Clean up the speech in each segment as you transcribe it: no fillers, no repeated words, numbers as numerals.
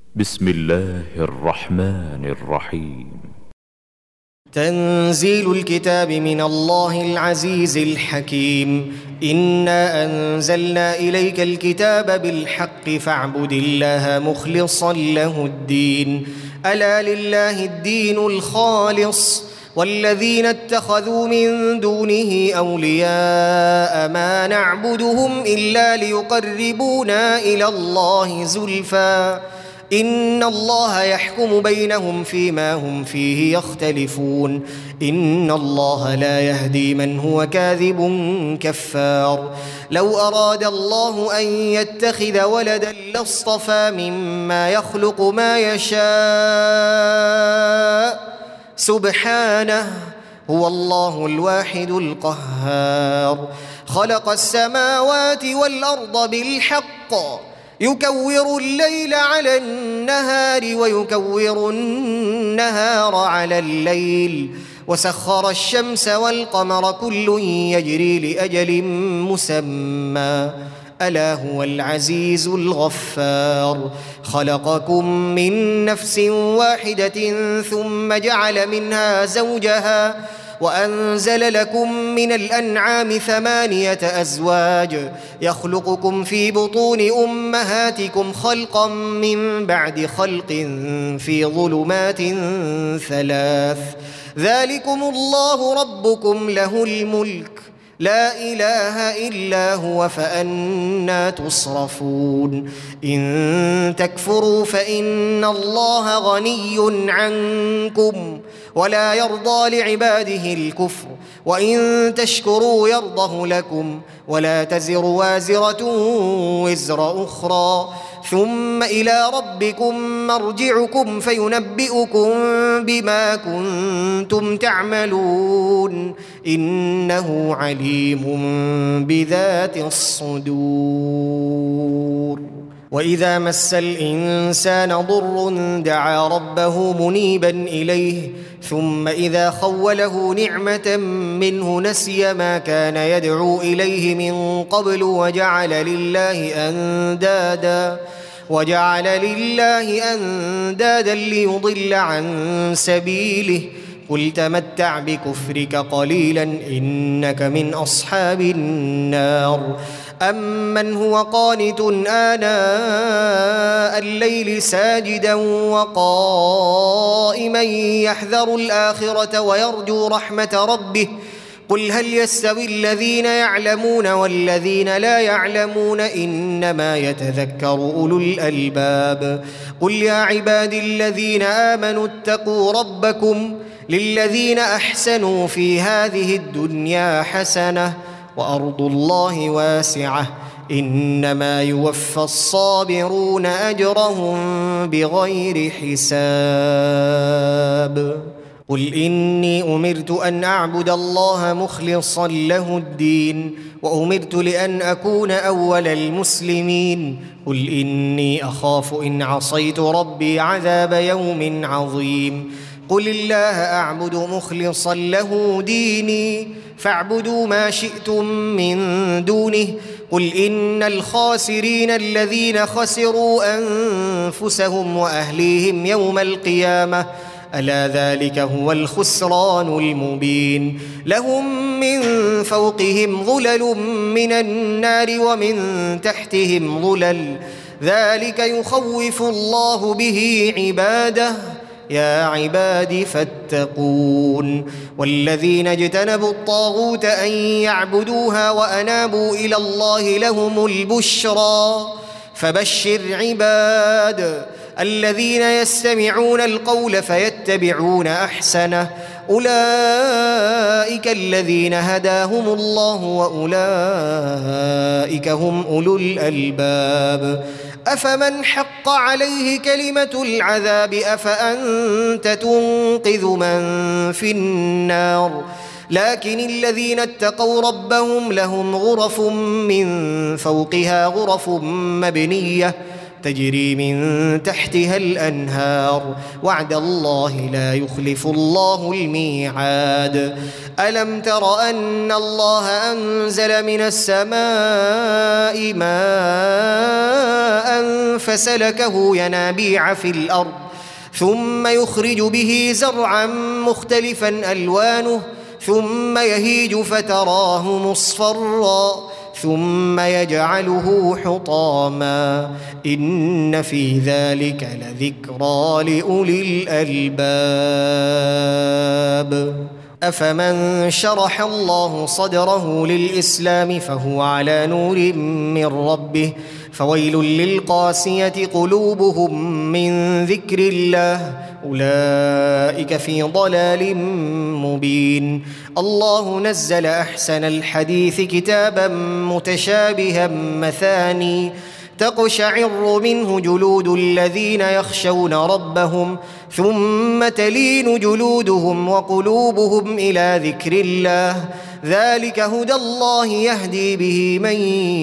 بسم الله الرحمن الرحيم. تنزيل الكتاب من الله العزيز الحكيم. إنا أنزلنا إليك الكتاب بالحق فاعبد الله مخلصا له الدين. ألا لله الدين الخالص والذين اتخذوا من دونه أولياء ما نعبدهم إلا ليقربونا إلى الله زلفى إن الله يحكم بينهم فيما هم فيه يختلفون. إن الله لا يهدي من هو كاذب كفار. لو أراد الله أن يتخذ ولدا لاصطفى مما يخلق ما يشاء سبحانه هو الله الواحد القهار. خلق السماوات والأرض بالحق يكور الليل على النهار ويكور النهار على الليل وسخر الشمس والقمر كل يجري لأجل مسمى ألا هو العزيز الغفار. خلقكم من نفس واحدة ثم جعل منها زوجها وأنزل لكم من الأنعام 8 أزواج يخلقكم في بطون أمهاتكم خلقا من بعد خلق في ظلمات 3 ذلكم الله ربكم له الملك لا إله إلا هو فأنى تصرفون. إن تكفروا فإن الله غني عنكم ولا يرضى لعباده الكفر وإن تشكروا يرضه لكم ولا تزر وازرة وزر أخرى ثم إلى ربكم مرجعكم فينبئكم بما كنتم تعملون إنه عليم بذات الصدور. وإذا مس الإنسان ضر دعا ربه منيبا إليه ثم إذا خوله نعمة منه نسي ما كان يدعو إليه من قبل وجعل لله أندادا ليضل عن سبيله قل تمتع بكفرك قليلا إنك من أصحاب النار. أمن هو قانت آناء الليل ساجدا وقائما يحذر الآخرة ويرجو رحمة ربه قل هل يستوي الذين يعلمون والذين لا يعلمون إنما يتذكر أولو الألباب. قل يا عبادي الذين آمنوا اتقوا ربكم للذين أحسنوا في هذه الدنيا حسنة وأرض الله واسعة إنما يوفى الصابرون أجرهم بغير حساب. قل إني أمرت أن أعبد الله مخلصا له الدين وأمرت لأن أكون أول المسلمين. قل إني أخاف إن عصيت ربي عذاب يوم عظيم. قل الله أعبد مخلصا له ديني فاعبدوا ما شئتم من دونه. قل إن الخاسرين الذين خسروا أنفسهم وأهليهم يوم القيامة ألا ذلك هو الخسران المبين. لهم من فوقهم ظلل من النار ومن تحتهم ظلل ذلك يخوف الله به عباده يا عباد فاتقون. والذين اجتنبوا الطاغوت أن يعبدوها وأنابوا إلى الله لهم البشرى فبشر عباد الذين يستمعون القول فيتبعون أحسنه أولئك الذين هداهم الله وأولئك هم أولو الألباب. أفمن حق عليه كلمة العذاب أفأنت تنقذ من في النار. لكن الذين اتقوا ربهم لهم غرف من فوقها غرف مبنية تجري من تحتها الأنهار وعد الله لا يخلف الله الميعاد. ألم تر أن الله أنزل من السماء ماء فسلكه ينابيع في الأرض ثم يخرج به زرعا مختلفا ألوانه ثم يهيج فتراه مصفرا ثم يجعله حطاما إن في ذلك لذكرى لأولي الألباب. أفمن شرح الله صدره للإسلام فهو على نور من ربه فويل للقاسية قلوبهم من ذكر الله أولئك في ضلال مبين. الله نزل أحسن الحديث كتابا متشابها مثاني تقشعر منه جلود الذين يخشون ربهم ثم تلين جلودهم وقلوبهم إلى ذكر الله ذلك هدى الله يهدي به من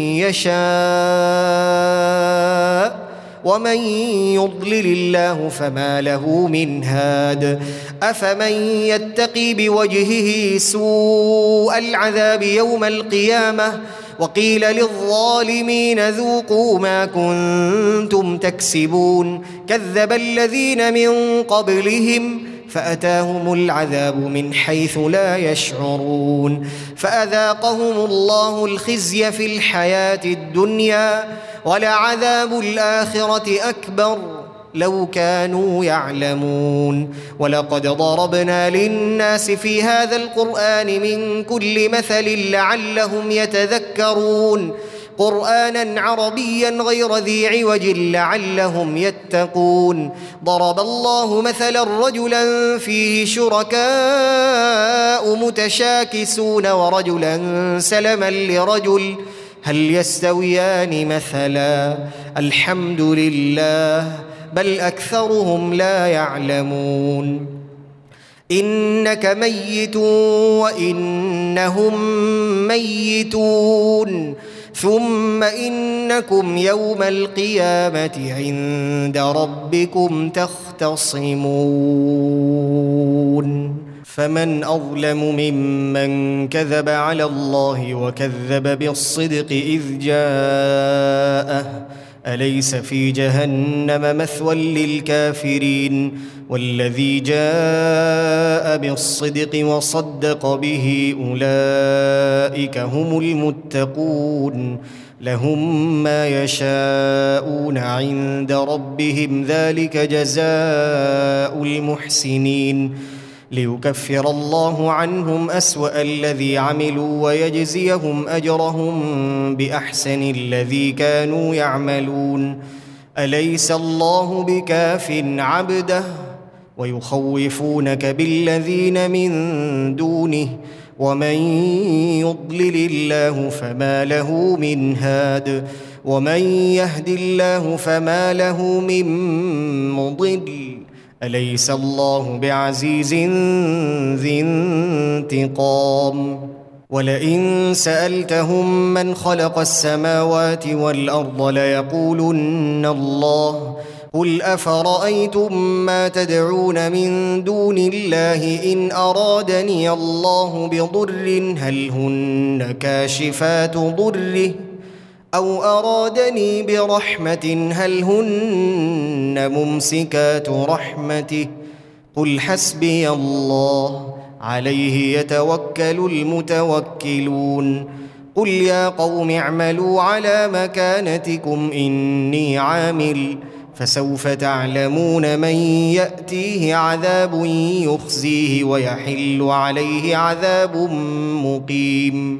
يشاء ومن يضلل الله فما له من هاد. أفمن يتقي بوجهه سوء العذاب يوم القيامة وقيل للظالمين ذوقوا ما كنتم تكسبون كذب الذين من قبلهم فأتاهم العذاب من حيث لا يشعرون فأذاقهم الله الخزي في الحياة الدنيا ولعذاب الآخرة أكبر لو كانوا يعلمون. ولقد ضربنا للناس في هذا القرآن من كل مثل لعلهم يتذكرون قرآنا عربيا غير ذي عوج لعلهم يتقون. ضرب الله مثلا رجلا فيه شركاء متشاكسون ورجلا سلما لرجل هل يستويان مثلا الحمد لله بل أكثرهم لا يعلمون. إنك ميت وإنهم ميتون ثم إنكم يوم القيامة عند ربكم تختصمون. فمن أظلم ممن كذب على الله وكذب بالصدق إذ جاءه أليس في جهنم مثوى للكافرين والذي جاء بالصدق وصدق به أولئك هم المتقون لهم ما يشاءون عند ربهم ذلك جزاء المحسنين ليكفر الله عنهم أسوأ الذي عملوا ويجزيهم أجرهم بأحسن الذي كانوا يعملون. أليس الله بكاف عبده ويخوفونك بالذين من دونه ومن يضلل الله فما له من هاد ومن يهد الله فما له من مضل. أليس الله بعزيز ذي انتقام. ولئن سألتهم من خلق السماوات والأرض ليقولن الله قل أفرأيتم ما تدعون من دون الله إن أرادني الله بضر هل هن كاشفات ضره أو أرادني برحمة هل هن ممسكات رحمته قل حسبي الله عليه يتوكل المتوكلون. قل يا قوم اعملوا على مكانتكم إني عامل فسوف تعلمون من يأتيه عذاب يخزيه ويحل عليه عذاب مقيم.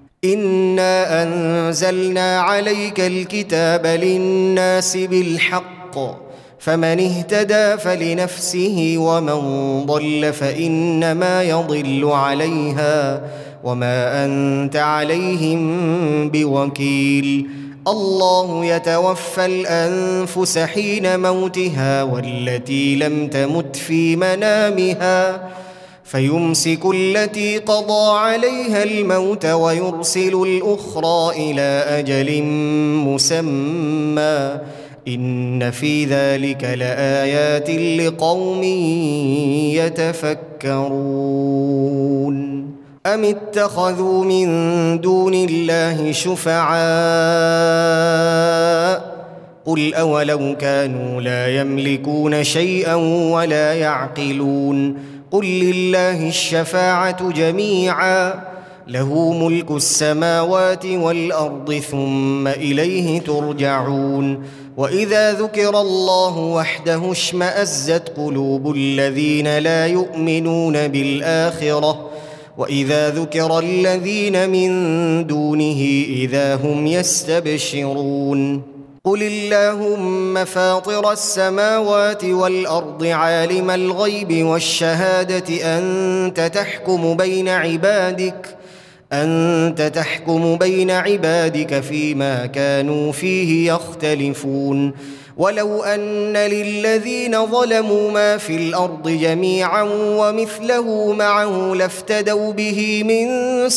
إنا أنزلنا عليك الكتاب للناس بالحق فمن اهتدى فلنفسه ومن ضل فإنما يضل عليها وما أنت عليهم بوكيل. الله يتوفى الأنفس حين موتها والتي لم تمت في منامها فيمسك التي قضى عليها الموت ويرسل الأخرى إلى أجل مسمى إن في ذلك لآيات لقوم يتفكرون أم اتخذوا من دون الله شفعاء قل أولو كانوا لا يملكون شيئا ولا يعقلون قل لله الشفاعة جميعا له ملك السماوات والأرض ثم إليه ترجعون وإذا ذكر الله وحده اشمأزت قلوب الذين لا يؤمنون بالآخرة وإذا ذكر الذين من دونه إذا هم يستبشرون قل اللهم فاطر السماوات والأرض عالم الغيب والشهادة أنت تحكم بين عبادك فيما كانوا فيه يختلفون ولو أن للذين ظلموا ما في الأرض جميعا ومثله معه لافتدوا به من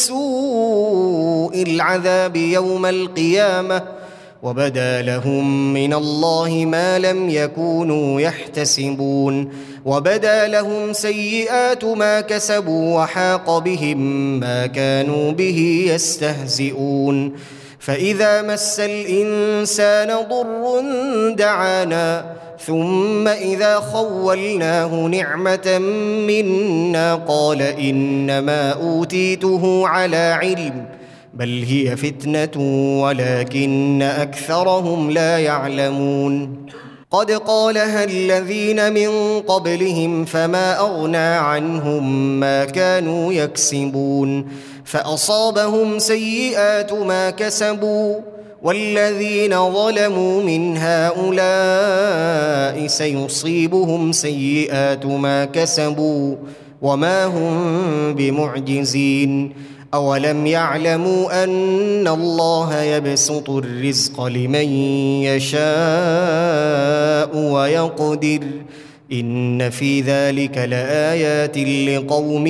سوء العذاب يوم القيامة وبدا لهم من الله ما لم يكونوا يحتسبون وبدا لهم سيئات ما كسبوا وحاق بهم ما كانوا به يستهزئون فإذا مس الإنسان ضر دعانا ثم إذا خولناه نعمة منا قال إنما أوتيته على علم بل هي فتنة ولكن أكثرهم لا يعلمون قد قالها الذين من قبلهم فما أغنى عنهم ما كانوا يكسبون فأصابهم سيئات ما كسبوا والذين ظلموا من هؤلاء سيصيبهم سيئات ما كسبوا وما هم بمعجزين أولم يعلموا أن الله يبسط الرزق لمن يشاء ويقدر إن في ذلك لآيات لقوم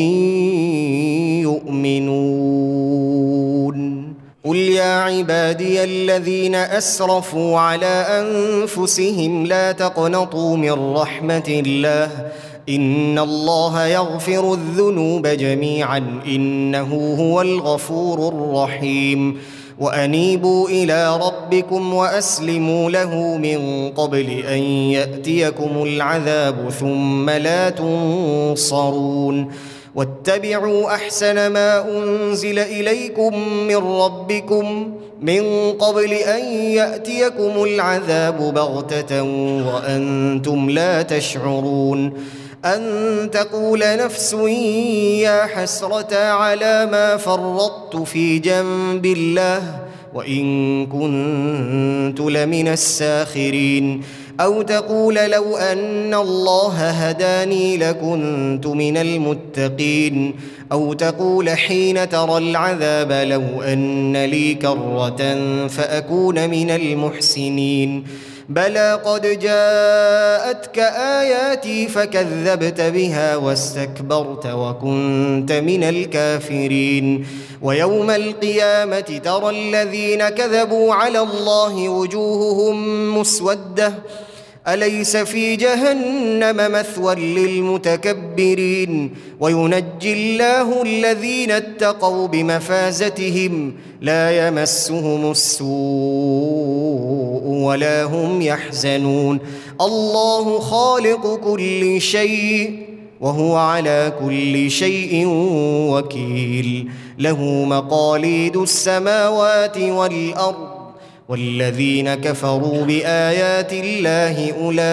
يؤمنون قل يا عبادي الذين أسرفوا على أنفسهم لا تقنطوا من رحمة الله إن الله يغفر الذنوب جميعا إنه هو الغفور الرحيم وأنيبوا إلى ربكم وأسلموا له من قبل أن يأتيكم العذاب ثم لا تنصرون واتبعوا أحسن ما أنزل إليكم من ربكم من قبل أن يأتيكم العذاب بغتة وأنتم لا تشعرون أن تقول نفس يا حسرة على ما فرطت في جنب الله وإن كنت لمن الساخرين أو تقول لو أن الله هداني لكنت من المتقين أو تقول حين ترى العذاب لو أن لي كرة فأكون من المحسنين بلى قد جاءتك آياتي فكذبت بها واستكبرت وكنت من الكافرين ويوم القيامة ترى الذين كذبوا على الله وجوههم مسودة أليس في جهنم مثوى للمتكبرين وينجي الله الذين اتقوا بمفازتهم لا يمسهم السوء ولا هم يحزنون الله خالق كل شيء وهو على كل شيء وكيل له مقاليد السماوات والأرض والذين كفروا بآيات الله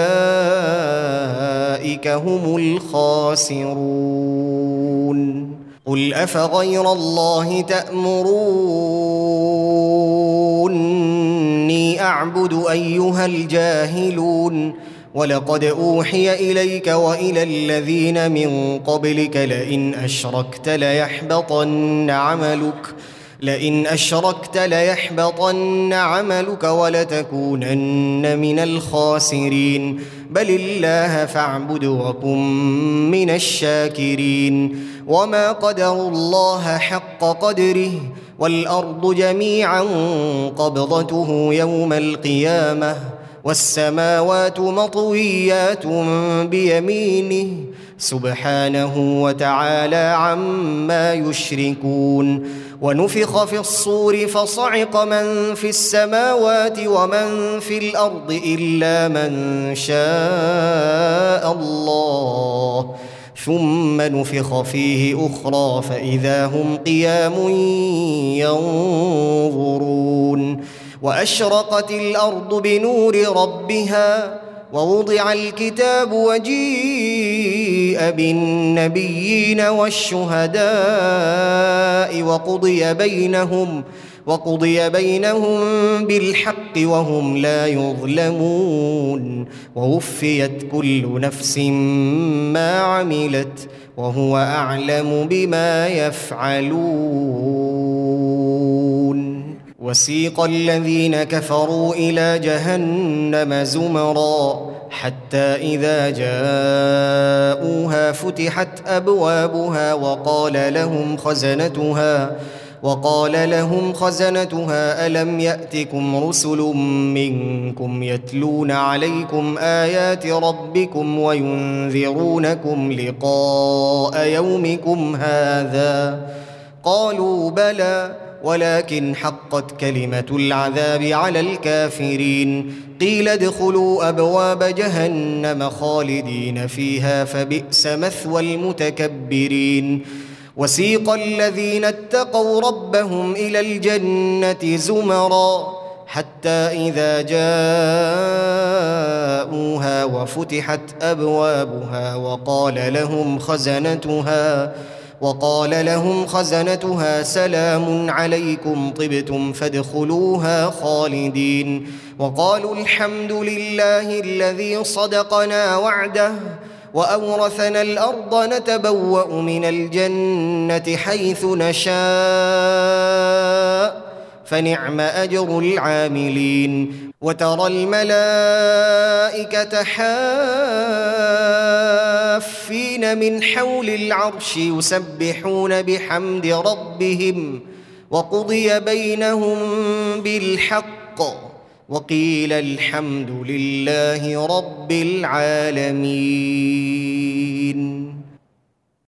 أولئك هم الخاسرون قل أفغير الله تأمروني أعبد أيها الجاهلون ولقد أوحي إليك وإلى الذين من قبلك لئن أشركت ليحبطن عملك ولتكونن من الخاسرين بل الله فاعبد وكن من الشاكرين وما قدروا الله حق قدره والأرض جميعا قبضته يوم القيامة والسماوات مطويات بيمينه سبحانه وتعالى عما يشركون. ونفخ في الصور فصعق من في السماوات ومن في الأرض إلا من شاء الله، ثم نفخ فيه أخرى فإذا هم قيام ينظرون. وأشرقت الأرض بنور ربها ووضع الكتاب وجيء بالنبيين والشهداء وقضي بينهم بالحق وهم لا يظلمون. ووفيت كل نفس ما عملت وهو أعلم بما يفعلون. وسيق الذين كفروا إلى جهنم زمرا حتى إذا جاءوها فتحت أبوابها وقال لهم خزنتها ألم يأتكم رسل منكم يتلون عليكم آيات ربكم وينذرونكم لقاء يومكم هذا؟ قالوا بلى ولكن حقت كلمة العذاب على الكافرين. قيل ادخلوا أبواب جهنم خالدين فيها فبئس مثوى المتكبرين. وسيق الذين اتقوا ربهم إلى الجنة زمرا حتى إذا جاءوها وفتحت أبوابها وقال لهم خزنتها سلام عليكم طبتم فادخلوها خالدين. وقالوا الحمد لله الذي صدقنا وعده وأورثنا الأرض نتبوأ من الجنة حيث نشاء فنعم أجر العاملين. وترى الملائكة حافين من حول العرش يسبحون بحمد ربهم وقضي بينهم بالحق وقيل الحمد لله رب العالمين.